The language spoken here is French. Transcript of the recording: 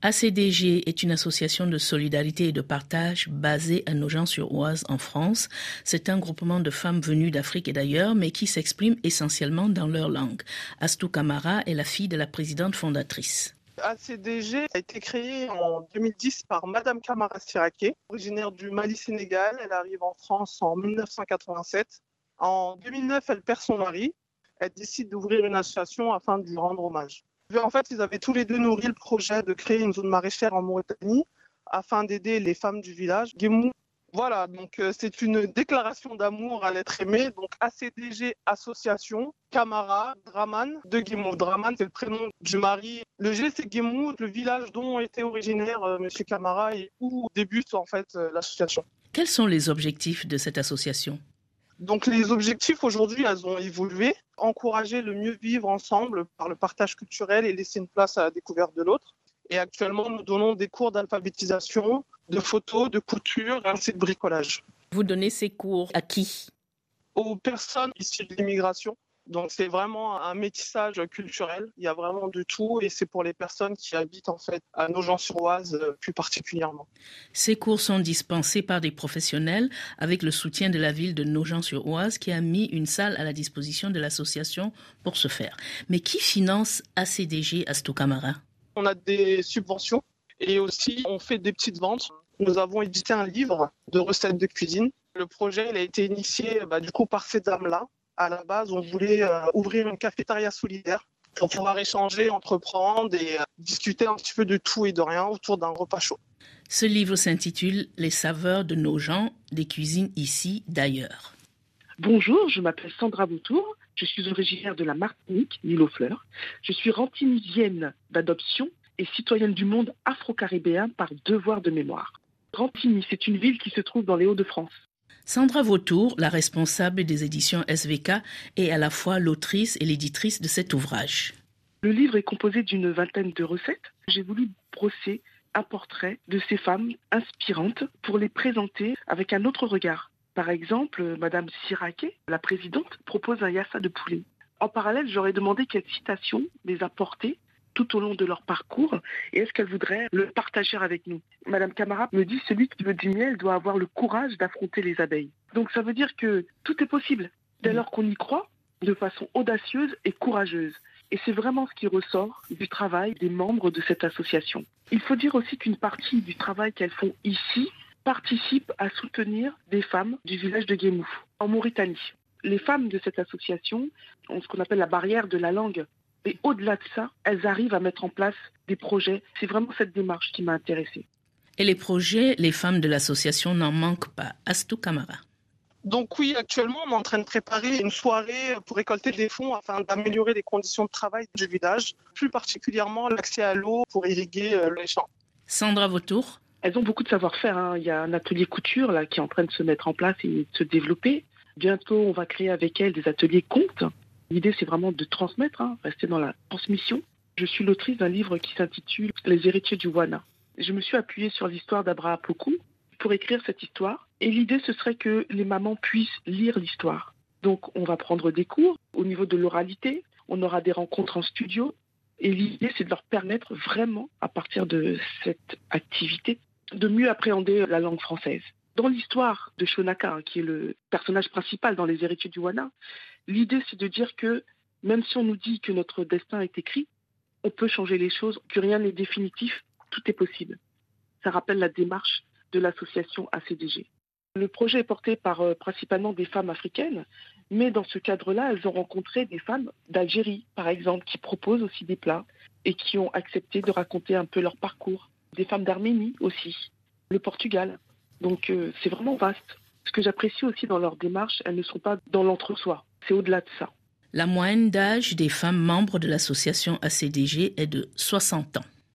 ACDG est une association de solidarité et de partage basée à Nogent-sur-Oise en France. C'est un groupement de femmes venues d'Afrique et d'ailleurs, mais qui s'expriment essentiellement dans leur langue. Astou Camara est la fille de la présidente fondatrice. ACDG a été créé en 2010 par Madame Camara Siraké, originaire du Mali-Sénégal. Elle arrive en France en 1987. En 2009, elle perd son mari. Elle décide d'ouvrir une association afin de lui rendre hommage. En fait, ils avaient tous les deux nourri le projet de créer une zone maraîchère en Mauritanie afin d'aider les femmes du village Guémou. Voilà, donc c'est une déclaration d'amour à l'être aimé. Donc ACDG, association, Camara, Draman de Guémou. Draman, c'est le prénom du mari. Le G, c'est Guémou, le village dont était originaire Monsieur Camara et où débute en fait l'association. Quels sont les objectifs de cette association ? Donc les objectifs aujourd'hui, elles ont évolué. Encourager le mieux vivre ensemble par le partage culturel et laisser une place à la découverte de l'autre. Et actuellement, nous donnons des cours d'alphabétisation, de photos, de couture ainsi de bricolage. Vous donnez ces cours à qui ? Aux personnes issues de l'immigration. Donc c'est vraiment un métissage culturel. Il y a vraiment de tout et c'est pour les personnes qui habitent en fait à Nogent-sur-Oise plus particulièrement. Ces cours sont dispensés par des professionnels avec le soutien de la ville de Nogent-sur-Oise qui a mis une salle à la disposition de l'association pour ce faire. Mais qui finance ACDG Astou Camara ? On a des subventions et aussi on fait des petites ventes. Nous avons édité un livre de recettes de cuisine. Le projet il a été initié par ces dames-là. À la base, on voulait ouvrir une cafétéria solidaire pour pouvoir échanger, entreprendre et discuter un petit peu de tout et de rien autour d'un repas chaud. Ce livre s'intitule « Les saveurs de Nogent, des cuisines ici, d'ailleurs ». Bonjour, je m'appelle Sandra Vautour. Je suis originaire de la Martinique, l'île aux Fleurs. Je suis rantinisienne d'adoption et citoyenne du monde afro-caribéen par devoir de mémoire. Rantigny, c'est une ville qui se trouve dans les Hauts-de-France. Sandra Vautour, la responsable des éditions SVK, est à la fois l'autrice et l'éditrice de cet ouvrage. Le livre est composé d'une vingtaine de recettes. J'ai voulu brosser un portrait de ces femmes inspirantes pour les présenter avec un autre regard. Par exemple, Madame Siraké, la présidente, propose un yassa de poulet. En parallèle, j'aurais demandé quelles citations les a portées tout au long de leur parcours et est-ce qu'elle voudrait le partager avec nous. Madame Camara me dit celui qui veut du miel doit avoir le courage d'affronter les abeilles. Donc ça veut dire que tout est possible dès lors qu'on y croit de façon audacieuse et courageuse. Et c'est vraiment ce qui ressort du travail des membres de cette association. Il faut dire aussi qu'une partie du travail qu'elles font ici participe à soutenir des femmes du village de Guémou, en Mauritanie. Les femmes de cette association ont ce qu'on appelle la barrière de la langue. Et au-delà de ça, elles arrivent à mettre en place des projets. C'est vraiment cette démarche qui m'a intéressée. Et les projets, les femmes de l'association n'en manquent pas. Astou Camara. Donc oui, actuellement, on est en train de préparer une soirée pour récolter des fonds afin d'améliorer les conditions de travail du village, plus particulièrement l'accès à l'eau pour irriguer les champs. Sandra Vautour. Elles ont beaucoup de savoir-faire. Il y a un atelier couture là, qui est en train de se mettre en place et de se développer. Bientôt, on va créer avec elles des ateliers contes. L'idée, c'est vraiment de transmettre, rester dans la transmission. Je suis l'autrice d'un livre qui s'intitule « Les héritiers du Wana ». Je me suis appuyée sur l'histoire d'Abraham Pokou pour écrire cette histoire. Et l'idée, ce serait que les mamans puissent lire l'histoire. Donc, on va prendre des cours au niveau de l'oralité. On aura des rencontres en studio. Et l'idée, c'est de leur permettre vraiment, à partir de cette activité, de mieux appréhender la langue française. Dans l'histoire de Shonaka, qui est le personnage principal dans Les héritiers du Wana, l'idée, c'est de dire que même si on nous dit que notre destin est écrit, on peut changer les choses, que rien n'est définitif, tout est possible. Ça rappelle la démarche de l'association ACDG. Le projet est porté par principalement des femmes africaines, mais dans ce cadre-là, elles ont rencontré des femmes d'Algérie, par exemple, qui proposent aussi des plats et qui ont accepté de raconter un peu leur parcours. Des femmes d'Arménie aussi, le Portugal. Donc c'est vraiment vaste. Ce que j'apprécie aussi dans leur démarche, elles ne sont pas dans l'entre-soi. C'est au-delà de ça. La moyenne d'âge des femmes membres de l'association ACDG est de 60 ans.